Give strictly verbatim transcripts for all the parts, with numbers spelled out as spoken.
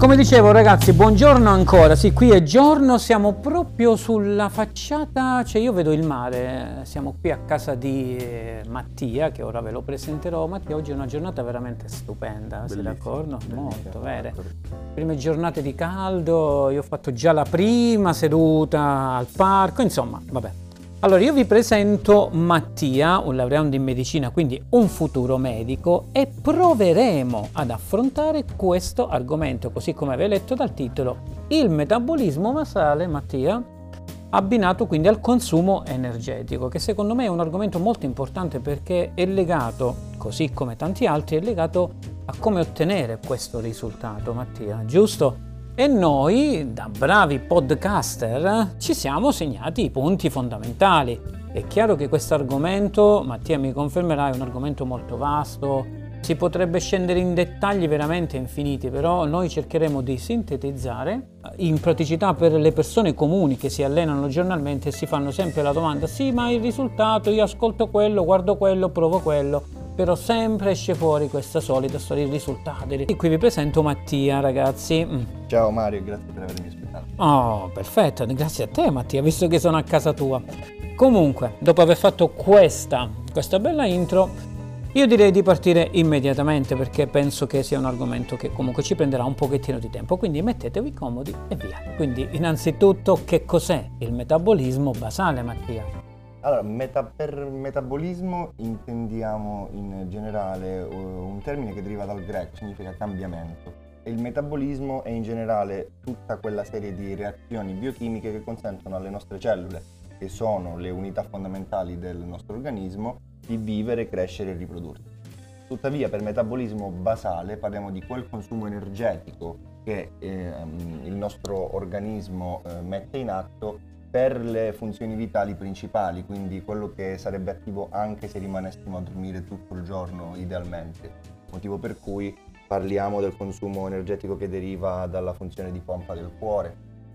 come dicevo ragazzi, buongiorno ancora. Sì, qui è giorno, siamo proprio sulla facciata, cioè io vedo il mare. Siamo qui a casa di Mattia, che ora ve lo presenterò. Mattia, oggi è una giornata veramente stupenda, sei d'accordo? Molto, vero. Prime giornate di caldo, io ho fatto già la prima seduta al parco, insomma, vabbè. Allora, io vi presento Mattia, un laureando in medicina, quindi un futuro medico, e proveremo ad affrontare questo argomento, così come avete letto dal titolo, il metabolismo basale, Mattia, abbinato quindi al consumo energetico, che secondo me è un argomento molto importante perché è legato, così come tanti altri, è legato a come ottenere questo risultato, Mattia, giusto? E noi, da bravi podcaster, ci siamo segnati i punti fondamentali. È chiaro che questo argomento, Mattia mi confermerà, è un argomento molto vasto, si potrebbe scendere in dettagli veramente infiniti, però noi cercheremo di sintetizzare in praticità per le persone comuni che si allenano giornalmente e si fanno sempre la domanda: sì, ma il risultato, io ascolto quello, guardo quello, provo quello, però sempre esce fuori questa solita storia di risultati. E qui vi presento Mattia, ragazzi. Ciao Mario, grazie per avermi ospitato. Oh, perfetto, grazie a te Mattia, visto che sono a casa tua. Comunque, dopo aver fatto questa, questa bella intro, io direi di partire immediatamente perché penso che sia un argomento che comunque ci prenderà un pochettino di tempo, quindi mettetevi comodi e via. Quindi, innanzitutto, che cos'è il metabolismo basale, Mattia? Allora, meta, per metabolismo intendiamo in generale un termine che deriva dal greco, significa cambiamento. E il metabolismo è in generale tutta quella serie di reazioni biochimiche che consentono alle nostre cellule, che sono le unità fondamentali del nostro organismo, di vivere, crescere e riprodursi. Tuttavia, per metabolismo basale parliamo di quel consumo energetico che eh, il nostro organismo eh, mette in atto per le funzioni vitali principali, quindi quello che sarebbe attivo anche se rimanessimo a dormire tutto il giorno idealmente, motivo per cui parliamo del consumo energetico che deriva dalla funzione di pompa del cuore,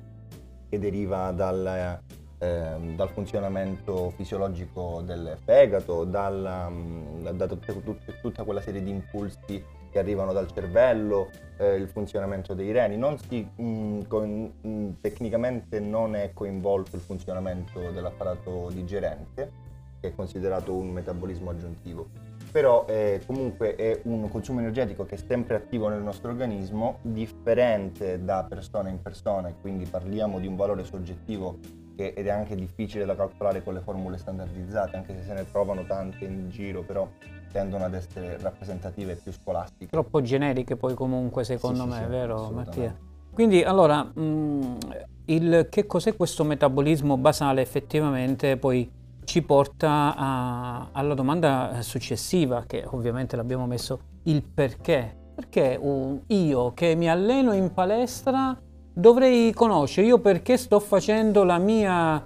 che deriva dal, eh, dal funzionamento fisiologico del fegato, dalla, da tutte, tutte, tutta quella serie di impulsi che arrivano dal cervello, eh, il funzionamento dei reni. Non si, mh, con, mh, tecnicamente non è coinvolto il funzionamento dell'apparato digerente, che è considerato un metabolismo aggiuntivo, però eh, comunque è un consumo energetico che è sempre attivo nel nostro organismo, differente da persona in persona, e quindi parliamo di un valore soggettivo che, ed è anche difficile da calcolare con le formule standardizzate, anche se se ne trovano tante in giro, però tendono ad essere rappresentative e più scolastiche. Troppo generiche poi comunque secondo sì, me, sì, vero Mattia? Quindi allora, mh, il, che cos'è questo metabolismo basale effettivamente poi ci porta a, alla domanda successiva, che ovviamente l'abbiamo messo, il perché. Perché un, io che mi alleno in palestra dovrei conoscere, io perché sto facendo la mia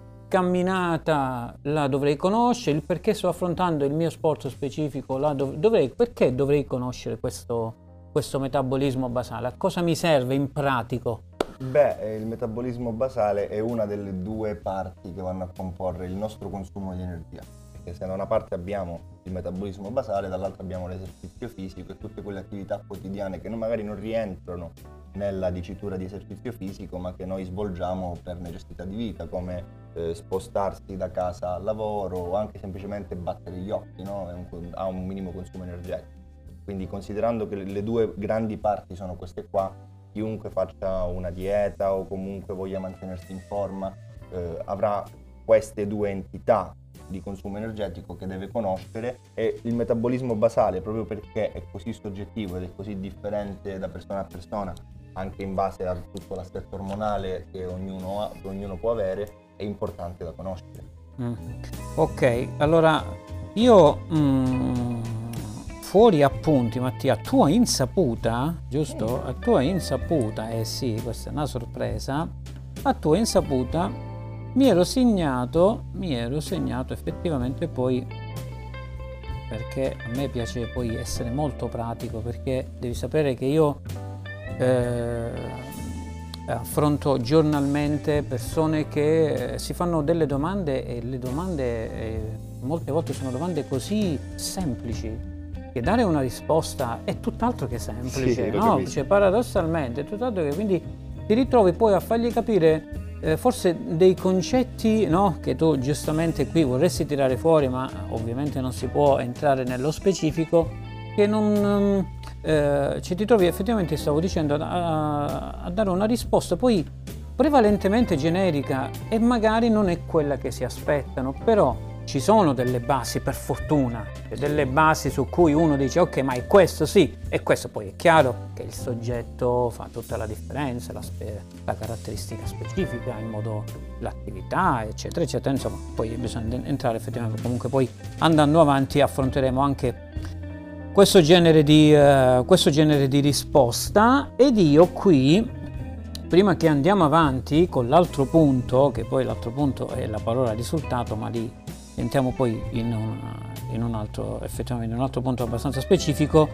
camminata la dovrei conoscere, il perché sto affrontando il mio sport specifico la dov- dovrei, perché dovrei conoscere questo, questo metabolismo basale? A cosa mi serve in pratico? Beh, il metabolismo basale è una delle due parti che vanno a comporre il nostro consumo di energia, perché se da una parte abbiamo il metabolismo basale, dall'altra abbiamo l'esercizio fisico e tutte quelle attività quotidiane che magari non rientrano nella dicitura di esercizio fisico, ma che noi svolgiamo per necessità di vita, come eh, spostarsi da casa al lavoro o anche semplicemente battere gli occhi, no? È un, ha un minimo consumo energetico. Quindi, considerando che le due grandi parti sono queste qua, chiunque faccia una dieta o comunque voglia mantenersi in forma eh, avrà queste due entità di consumo energetico che deve conoscere, e il metabolismo basale, proprio perché è così soggettivo ed è così differente da persona a persona, anche in base a tutto l'assetto ormonale che ognuno, ha, che ognuno può avere, è importante da conoscere. Mm. Ok, allora io mm, fuori appunti, Mattia, a tua insaputa, giusto? A tua insaputa, eh sì, questa è una sorpresa, a tua insaputa mi ero segnato, mi ero segnato effettivamente poi, perché a me piace poi essere molto pratico, perché devi sapere che io eh, affronto giornalmente persone che si fanno delle domande, e le domande eh, molte volte sono domande così semplici, che dare una risposta è tutt'altro che semplice, Sì, no? Cioè, paradossalmente, è tutt'altro che quindi ti ritrovi poi a fargli capire eh, forse dei concetti, no? Che tu giustamente qui vorresti tirare fuori, ma ovviamente non si può entrare nello specifico, che non eh, cioè, ti trovi effettivamente, stavo dicendo, a, a dare una risposta poi prevalentemente generica e magari non è quella che si aspettano, però ci sono delle basi, per fortuna, delle basi su cui uno dice ok, ma è questo sì, e questo poi è chiaro che il soggetto fa tutta la differenza, la, spe- la caratteristica specifica, il modo, l'attività, eccetera, eccetera. Insomma, poi bisogna entrare effettivamente, comunque poi andando avanti affronteremo anche questo genere di, uh, questo genere di risposta, ed io qui, prima che andiamo avanti con l'altro punto, che poi l'altro punto è la parola risultato, ma lì entriamo poi in un, in un altro, effettivamente in un altro punto abbastanza specifico.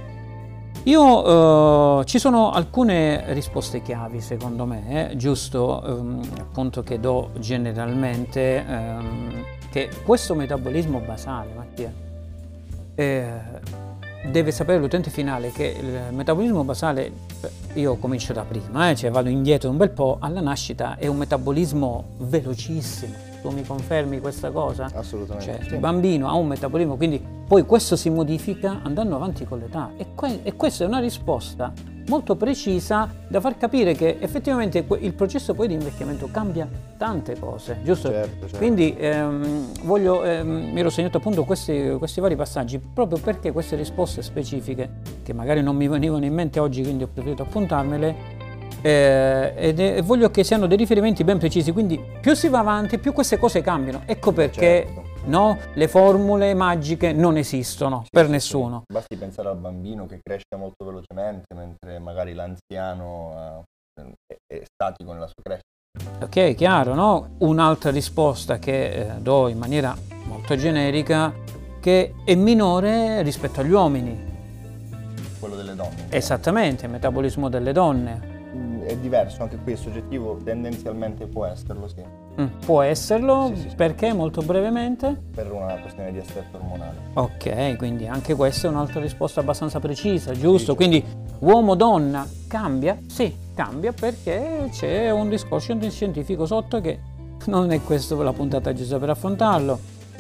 Io eh, ci sono alcune risposte chiavi secondo me, eh, giusto, ehm, appunto, che do generalmente, ehm, che questo metabolismo basale, Mattia, eh, deve sapere l'utente finale che il metabolismo basale, io comincio da prima, eh, cioè vado indietro un bel po', alla nascita è un metabolismo velocissimo. Tu mi confermi questa cosa? Assolutamente. Cioè, Sì. il bambino ha un metabolismo, quindi poi questo si modifica andando avanti con l'età, e, que- e questa è una risposta molto precisa da far capire che effettivamente que- il processo poi di invecchiamento cambia tante cose, giusto? Certo, certo. Quindi ehm, voglio, ehm, mi ero segnato appunto questi, questi vari passaggi proprio perché queste risposte specifiche, che magari non mi venivano in mente oggi, quindi ho preferito appuntarmele, eh, ed è, e voglio che siano dei riferimenti ben precisi, quindi più si va avanti più queste cose cambiano. Ecco perché Certo. no, le formule magiche non esistono Sì, per sì, nessuno. sì. Basti pensare al bambino che cresce molto velocemente, mentre magari l'anziano eh, è, è statico nella sua crescita. Ok, chiaro, no? Un'altra risposta che eh, do in maniera molto generica, che è minore rispetto agli uomini. Quello delle donne. Esattamente, il metabolismo delle donne. Mm, È diverso, anche qui è soggettivo, tendenzialmente può esserlo, sì, Mm, può esserlo, Sì, sì, sì. perché molto brevemente? per una questione di assetto ormonale. Ok, quindi anche questa è un'altra risposta abbastanza precisa, giusto? Sì, Quindi uomo-donna cambia? Sì, cambia perché c'è un discorso scientifico sotto, che non è questa la puntata giusta per affrontarlo.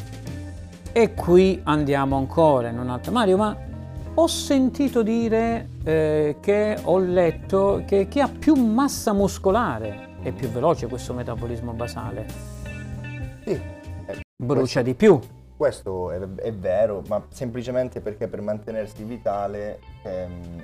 E qui andiamo ancora in un'altra. Mario, ma ho sentito dire eh, che ho letto che chi ha più massa muscolare è più veloce questo metabolismo basale, Sì, eh, brucia di più. questo è, è vero, ma semplicemente perché per mantenersi vitale ehm,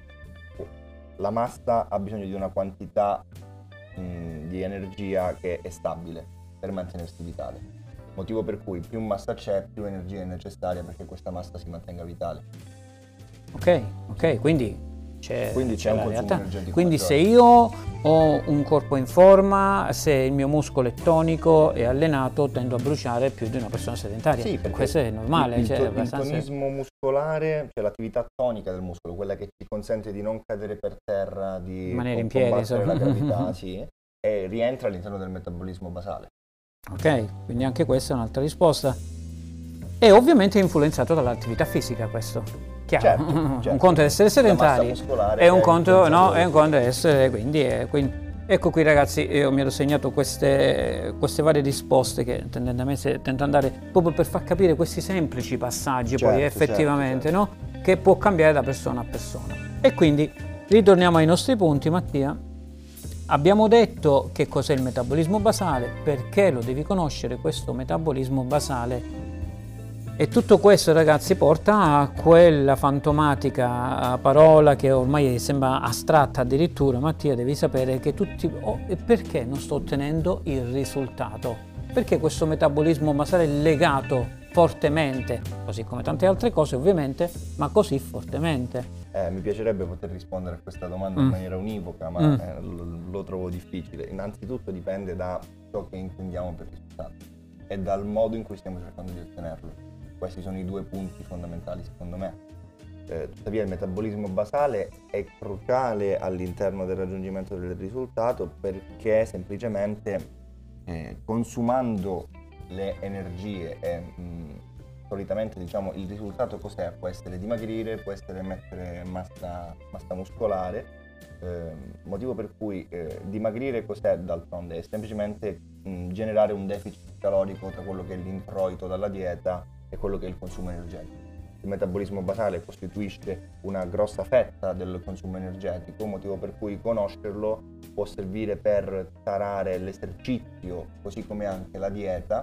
la massa ha bisogno di una quantità mh, di energia che è stabile per mantenersi vitale. Motivo per cui più massa c'è, più energia è necessaria perché questa massa si mantenga vitale. Ok, ok, quindi c'è, Quindi c'è un la consumo realtà. energetico Quindi se maggiore. io ho un corpo in forma, se il mio muscolo è tonico e allenato, tendo a bruciare più di una persona sedentaria. Sì, perché Questo è normale. il, il, cioè, to- il abbastanza... tonismo muscolare, cioè l'attività tonica del muscolo, quella che ci consente di non cadere per terra, di Rimanere in com- piedi, combattere la insomma. gravità, sì, e rientra all'interno del metabolismo basale. Ok, quindi anche questa è un'altra risposta. E ovviamente è influenzato dall'attività fisica questo. Chiaro, Certo, un certo. conto è essere La massa sedentari, muscolare è un è conto, influenzata no, è un dalla- conto essere, quindi, è, quindi ecco qui ragazzi, io mi ero segnato queste, queste varie risposte che tendenzialmente tento di andare proprio per far capire questi semplici passaggi, Certo, poi certo, effettivamente, certo. no? Che può cambiare da persona a persona. E quindi ritorniamo ai nostri punti, Mattia. Abbiamo detto che cos'è il metabolismo basale, perché lo devi conoscere questo metabolismo basale. E tutto questo, ragazzi, porta a quella fantomatica parola che ormai sembra astratta addirittura. Mattia, devi sapere che tutti... Oh, e perché non sto ottenendo il risultato? Perché questo metabolismo basale è legato fortemente, così come tante altre cose ovviamente, ma così fortemente. Eh, mi piacerebbe poter rispondere a questa domanda Mm. in maniera univoca, ma Mm. eh, lo, lo trovo difficile. Innanzitutto dipende da ciò che intendiamo per risultato e dal modo in cui stiamo cercando di ottenerlo. Questi sono i due punti fondamentali secondo me. Eh, tuttavia il metabolismo basale è cruciale all'interno del raggiungimento del risultato perché semplicemente eh, consumando le energie e mh, solitamente diciamo il risultato cos'è? Può essere dimagrire, può essere mettere massa, massa muscolare, eh, motivo per cui eh, dimagrire cos'è d'altronde? È semplicemente mh, generare un deficit calorico tra quello che è l'introito dalla dieta e quello che è il consumo energetico. Il metabolismo basale costituisce una grossa fetta del consumo energetico, motivo per cui conoscerlo può servire per tarare l'esercizio, così come anche la dieta,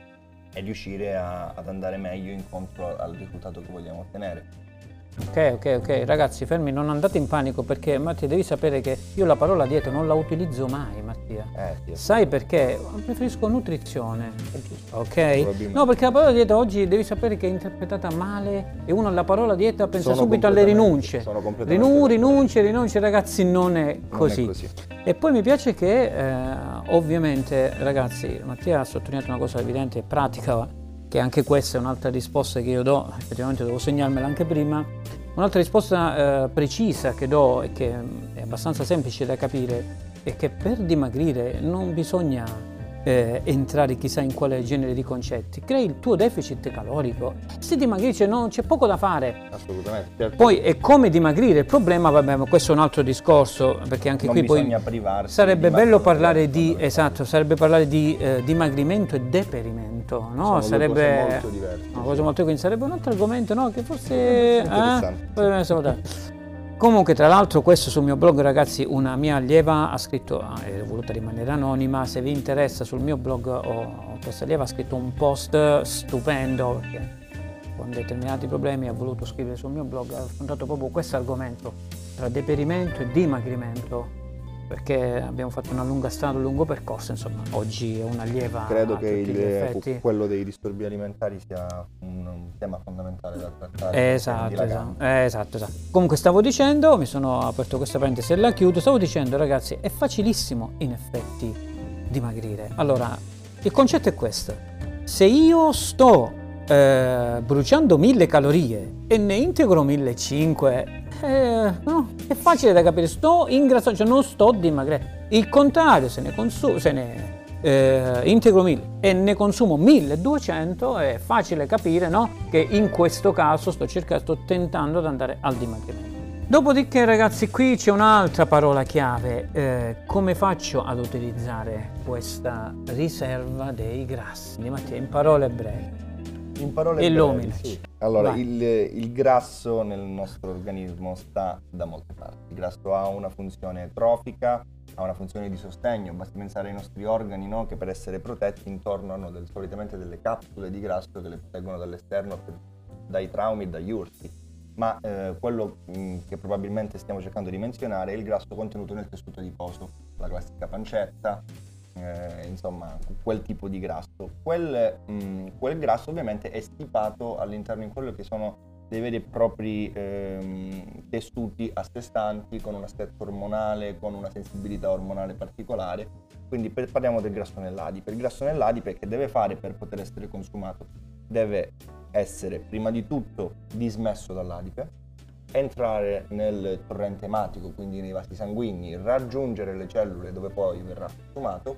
e riuscire a, ad andare meglio incontro al risultato che vogliamo ottenere. Ok, ok, ok, ragazzi, fermi, non andate in panico, perché Mattia devi sapere che io la parola dieta non la utilizzo mai, Mattia. Eh, sì, Sai perché? Preferisco nutrizione. è giusto. Ok? No, perché la parola dieta oggi devi sapere che è interpretata male e uno alla parola dieta pensa Sono subito alle rinunce. Sono completamente Rinu, d'accordo. rinunce, rinunce, ragazzi, non è così. Non è così. E poi mi piace che eh, ovviamente, ragazzi, Mattia ha sottolineato una cosa evidente e pratica, che anche questa è un'altra risposta che io do, effettivamente devo segnarmela anche prima. Un'altra risposta eh, precisa che do e che è abbastanza semplice da capire è che per dimagrire non bisogna eh, entrare chissà in quale genere di concetti. Crei il tuo deficit calorico. Se dimagrisce non c'è poco da fare. Assolutamente. Certo. Poi è come dimagrire. Il problema, vabbè, ma questo è un altro discorso, perché anche non qui poi bisogna privarsi sarebbe di bello macronutrienti parlare di fondamentali. esatto, sarebbe parlare di eh, dimagrimento e deperimento, no? Sono due sarebbe cose molto diverse, una sì. cosa molto, quindi sarebbe un altro argomento, no? Che forse Interessante, eh? Potrebbe essere dare. Comunque, tra l'altro, questo sul mio blog, ragazzi, una mia allieva ha scritto, ah, è voluta rimanere anonima, se vi interessa, sul mio blog ho, questa allieva ha scritto un post stupendo, perché con determinati problemi ha voluto scrivere sul mio blog, ha affrontato proprio questo argomento tra deperimento e dimagrimento, perché abbiamo fatto una lunga strada, un lungo percorso, insomma, oggi è un'allieva. Credo a che tutti il, gli effetti. quello dei disturbi alimentari sia un, un tema fondamentale da trattare. Esatto, esatto, esatto, esatto. Comunque stavo dicendo, mi sono aperto questa parentesi e la chiudo, stavo dicendo, ragazzi, è facilissimo in effetti dimagrire. Allora, il concetto è questo: se io sto eh, bruciando mille calorie e ne integro millecinquecento, eh, no, è facile da capire, sto ingrassando, cioè non sto dimagrendo. Il contrario, se ne consumo, se ne eh, integro mille e ne consumo milleduecento, è facile capire, no, che in questo caso sto cercando, sto tentando di andare al dimagrimento. Dopodiché, ragazzi, qui c'è un'altra parola chiave: eh, come faccio ad utilizzare questa riserva dei grassi? Di Mattia, in parole brevi. In parole Illumina. brevi, sì. Allora, Vai. il, il grasso nel nostro organismo sta da molte parti. Il grasso ha una funzione trofica, ha una funzione di sostegno. Basti pensare ai nostri organi, no? Che per essere protetti intorno hanno del, solitamente delle capsule di grasso che le proteggono dall'esterno per, dai traumi e dagli urti. Ma eh, quello mh, che probabilmente stiamo cercando di menzionare è il grasso contenuto nel tessuto adiposo, la classica pancetta, eh, insomma quel tipo di grasso. Quel, mh, quel grasso ovviamente è stipato all'interno in quello che sono dei veri e propri ehm, tessuti a sé stanti, con un assetto ormonale, con una sensibilità ormonale particolare. Quindi per, parliamo del grasso nell'adipe. Il grasso nell'adipe che deve fare per poter essere consumato? Deve essere prima di tutto dismesso dall'adipe, entrare nel torrente ematico, quindi nei vasi sanguigni, raggiungere le cellule dove poi verrà consumato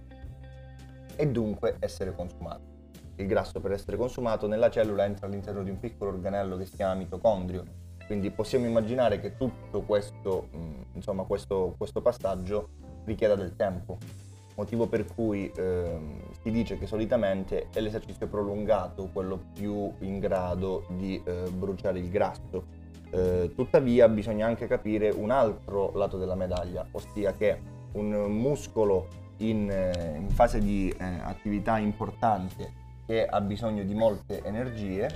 e dunque essere consumato. Il grasso, per essere consumato nella cellula, entra all'interno di un piccolo organello che si chiama mitocondrio, quindi possiamo immaginare che tutto questo, insomma, questo, questo passaggio richieda del tempo. Motivo per cui eh, si dice che solitamente è l'esercizio prolungato quello più in grado di eh, bruciare il grasso. Eh, tuttavia bisogna anche capire un altro lato della medaglia, ossia che un muscolo in, eh, in fase di eh, attività importante, che ha bisogno di molte energie,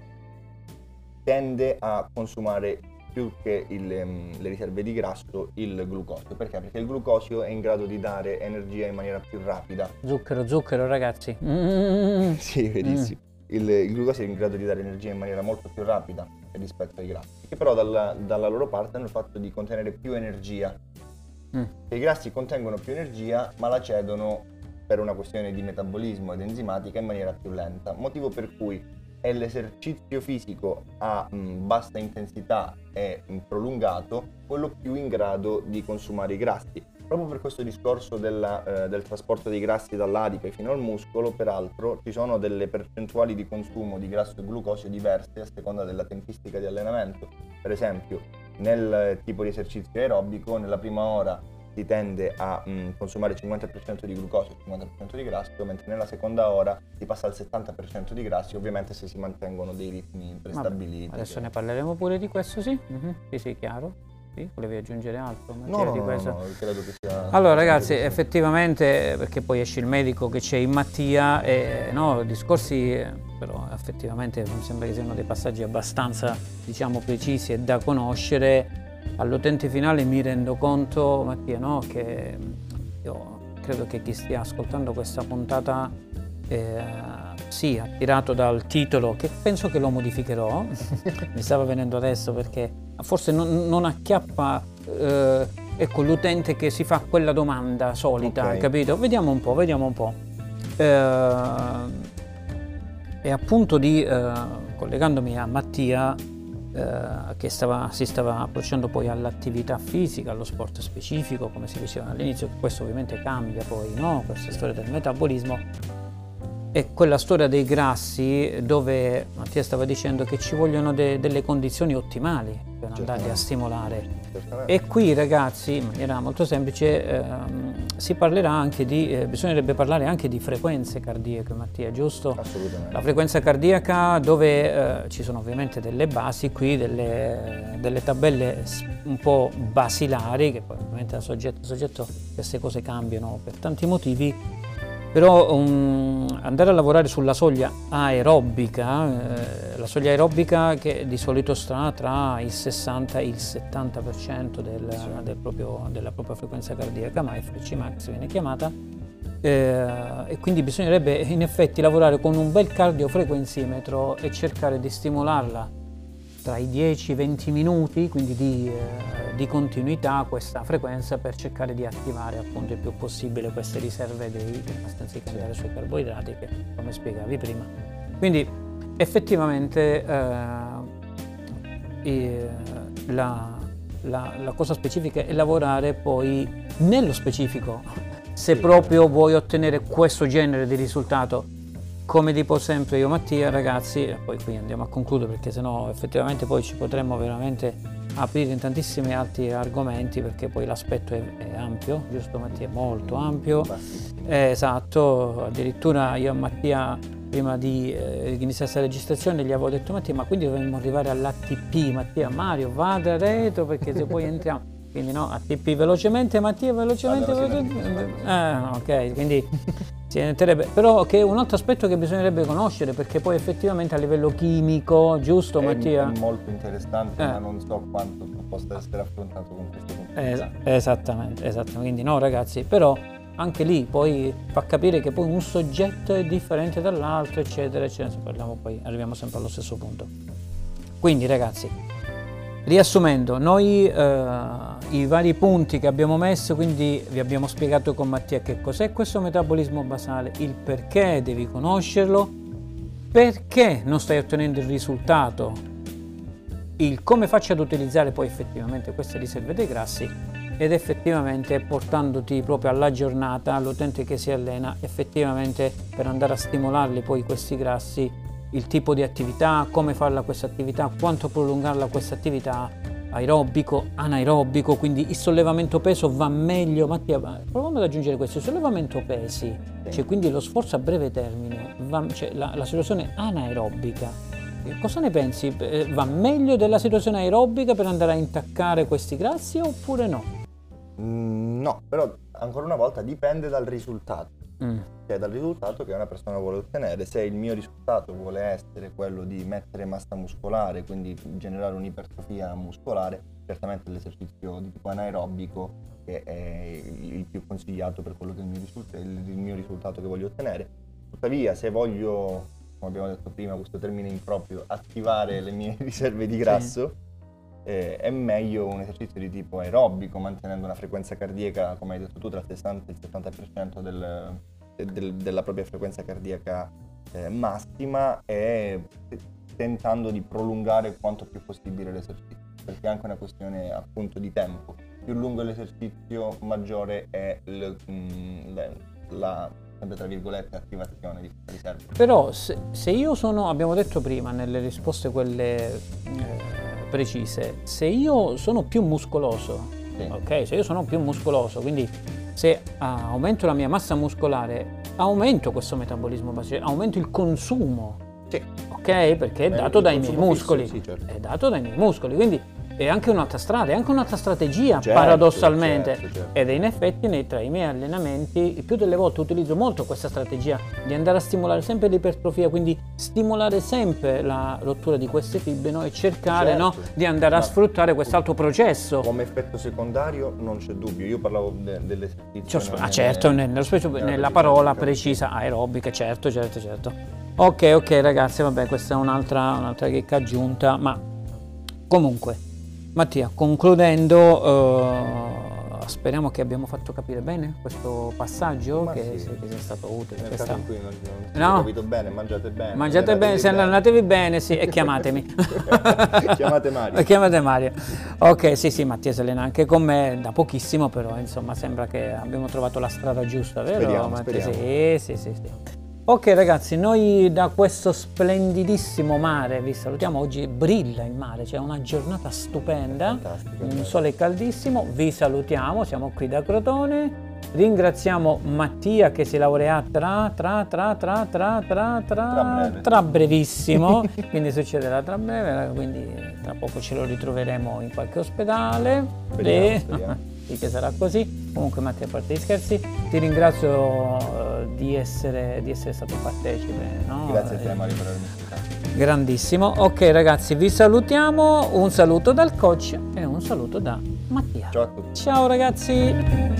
tende a consumare più che il, le riserve di grasso il glucosio. Perché? Perché il glucosio è in grado di dare energia in maniera più rapida. Zucchero, zucchero, ragazzi. Mm. Sì, verissimo. Mm. Il, il glucosio è in grado di dare energia in maniera molto più rapida rispetto ai grassi, che però dalla, dalla loro parte hanno il fatto di contenere più energia. Mm. I grassi contengono più energia, ma la cedono per una questione di metabolismo ed enzimatica in maniera più lenta, motivo per cui è l'esercizio fisico a mh, bassa intensità e mh, prolungato quello più in grado di consumare i grassi. Proprio per questo discorso della, eh, del trasporto dei grassi dall'adipe fino al muscolo, peraltro, ci sono delle percentuali di consumo di grasso e glucosio diverse a seconda della tempistica di allenamento. Per esempio, nel tipo di esercizio aerobico, nella prima ora si tende a mh, consumare il cinquanta per cento di glucosio e il cinquanta per cento di grasso, mentre nella seconda ora si passa al settanta per cento di grassi, ovviamente se si mantengono dei ritmi prestabiliti. Vabbè, adesso che... ne parleremo pure di questo, sì? Mm-hmm. Sì, sì, chiaro. Sì, volevi aggiungere altro? No, no, di no, questo? no, no, credo che sia... Allora ragazzi, effettivamente, perché poi esce il medico che c'è in Mattia, e no, discorsi, però effettivamente mi sembra che siano dei passaggi abbastanza, diciamo, precisi e da conoscere. All'utente finale mi rendo conto, Mattia, no, che io credo che chi stia ascoltando questa puntata eh, sì, attirato dal titolo, che penso che lo modificherò, mi stava venendo adesso perché forse non, non acchiappa eh, ecco, l'utente che si fa quella domanda solita, Okay. capito? Vediamo un po', vediamo un po'. Eh, e appunto di, eh, collegandomi a Mattia, eh, che stava, si stava approcciando poi all'attività fisica, allo sport specifico, come si diceva all'inizio, questo ovviamente cambia poi, no? Questa storia del metabolismo. E quella storia dei grassi dove Mattia stava dicendo che ci vogliono de- delle condizioni ottimali per andarli Certamente. a stimolare. Certamente. E qui ragazzi, in maniera molto semplice, ehm, si parlerà anche di, eh, bisognerebbe parlare anche di frequenze cardiache, Mattia, giusto? Assolutamente. La frequenza cardiaca dove eh, ci sono ovviamente delle basi qui, delle, delle tabelle s- un po' basilari, che poi ovviamente da soggetto a soggetto queste cose cambiano per tanti motivi. Però um, andare a lavorare sulla soglia aerobica, eh, la soglia aerobica che di solito sta tra il sessanta e il settanta per cento del, del proprio, della propria frequenza cardiaca, ma F C max viene chiamata, eh, e quindi bisognerebbe in effetti lavorare con un bel cardiofrequenzimetro e cercare di stimolarla tra i dieci venti minuti, quindi di, eh, di continuità, questa frequenza, per cercare di attivare appunto il più possibile queste riserve dei, senza andare sui carboidrati, che come spiegavi prima. Quindi effettivamente eh, eh, la, la, la cosa specifica è lavorare poi nello specifico, se proprio vuoi ottenere questo genere di risultato. Come dico sempre io, Mattia, ragazzi, e poi qui andiamo a concludere perché sennò effettivamente poi ci potremmo veramente aprire in tantissimi altri argomenti, perché poi l'aspetto è, è ampio, giusto Mattia? Molto ampio. Eh, esatto, addirittura io a Mattia prima di eh, iniziare questa registrazione gli avevo detto: Mattia, ma quindi dovremmo arrivare all'A T P? Mattia, Mario, vada retro perché se poi entriamo... Quindi no, A T P velocemente, Mattia, velocemente, Allora, velocemente. Ah, ok, quindi si entrerebbe, però che è un altro aspetto che bisognerebbe conoscere, perché poi effettivamente a livello chimico, giusto È, Mattia? è molto interessante, Eh. ma non so quanto possa essere affrontato con questo punto di Es- vista. esattamente, esattamente, quindi no ragazzi, però anche lì poi fa capire che poi un soggetto è differente dall'altro, eccetera, eccetera, parliamo poi, arriviamo sempre allo stesso punto. Quindi ragazzi, riassumendo, noi eh, i vari punti che abbiamo messo, quindi vi abbiamo spiegato con Mattia che cos'è questo metabolismo basale, il perché devi conoscerlo, perché non stai ottenendo il risultato, il come faccio ad utilizzare poi effettivamente queste riserve dei grassi, ed effettivamente portandoti proprio alla giornata, all'utente che si allena, effettivamente per andare a stimolarli poi questi grassi, il tipo di attività, come farla questa attività, quanto prolungarla questa attività, aerobico, anaerobico, quindi il sollevamento peso va meglio. Mattia, proviamo ad aggiungere questo, il sollevamento pesi, Sì. cioè quindi lo sforzo a breve termine, va, cioè la, la situazione anaerobica, cosa ne pensi? Eh, Va meglio della situazione aerobica per andare a intaccare questi grassi oppure no? Mm, no, però ancora una volta dipende dal risultato. Mm. Cioè dal risultato che una persona vuole ottenere. Se il mio risultato vuole essere quello di mettere massa muscolare, quindi generare un'ipertrofia muscolare, certamente l'esercizio di tipo anaerobico che è il più consigliato per quello che è il mio, risultato, il mio risultato che voglio ottenere. Tuttavia, se voglio, come abbiamo detto prima, questo termine improprio, attivare le mie riserve di grasso, sì. eh, è meglio un esercizio di tipo aerobico, mantenendo una frequenza cardiaca, come hai detto tu, tra il sessanta e il settanta per cento del Del, della propria frequenza cardiaca eh, massima, e tentando di prolungare quanto più possibile l'esercizio, perché è anche una questione appunto di tempo. più lungo è l'esercizio, maggiore è il, mm, la, sempre tra virgolette, attivazione di questa riserva. Però se, se io sono, abbiamo detto prima nelle risposte quelle eh, precise, se io sono più muscoloso, sì. ok? Se io sono più muscoloso, quindi se ah, aumento la mia massa muscolare, aumento questo metabolismo basale, aumento il consumo, sì. ok? Perché è dato dai miei muscoli, fisso, sì, certo. è dato dai miei muscoli, quindi è anche un'altra strada, è anche un'altra strategia, certo, paradossalmente. Certo, certo. Ed in effetti nei, tra i miei allenamenti, il più delle volte utilizzo molto questa strategia di andare a stimolare sempre l'ipertrofia, quindi stimolare sempre la rottura di queste fibre, no? E cercare certo. no? di andare Ma a sfruttare quest'altro processo. Come effetto secondario non c'è dubbio, io parlavo de- dell'esercizio. Cioè, ah, certo, nel, nello specie, nella, nella parola precisa, aerobica, certo, certo, certo. Ok, ok ragazzi, vabbè, questa è un'altra, un'altra chicca aggiunta, ma comunque. Mattia, concludendo, uh, speriamo che abbiamo fatto capire bene questo passaggio, Ma che, sì. che sia stato utile. Nel questa... caso in cui non, non no? ho capito bene, mangiate bene. Mangiate bene, se allenatevi bene, sì, e chiamatemi. Chiamate Mario. Chiamate Mario. Ok, sì, sì, Mattia si allena anche con me, da pochissimo, però insomma sembra che abbiamo trovato la strada giusta, vero? Speriamo, Mattia? speriamo. Sì, sì, sì, sì. Ok ragazzi, noi da questo splendidissimo mare vi salutiamo, oggi brilla il mare, c'è una giornata stupenda, un sole caldissimo, vi salutiamo, siamo qui da Crotone, ringraziamo Mattia che si laurea tra, tra, tra, tra, tra, tra, tra, tra brevissimo, quindi succederà tra breve, quindi tra poco ce lo ritroveremo in qualche ospedale. Speriamo, e... speriamo. Che sarà così. Comunque Mattia, a parte gli scherzi, ti ringrazio uh, di, essere, di essere stato partecipe, no? Grazie a te Mario per avermi ascoltato. Grandissimo. Ok ragazzi, vi salutiamo, un saluto dal coach e un saluto da Mattia. Ciao a tutti. Ciao ragazzi.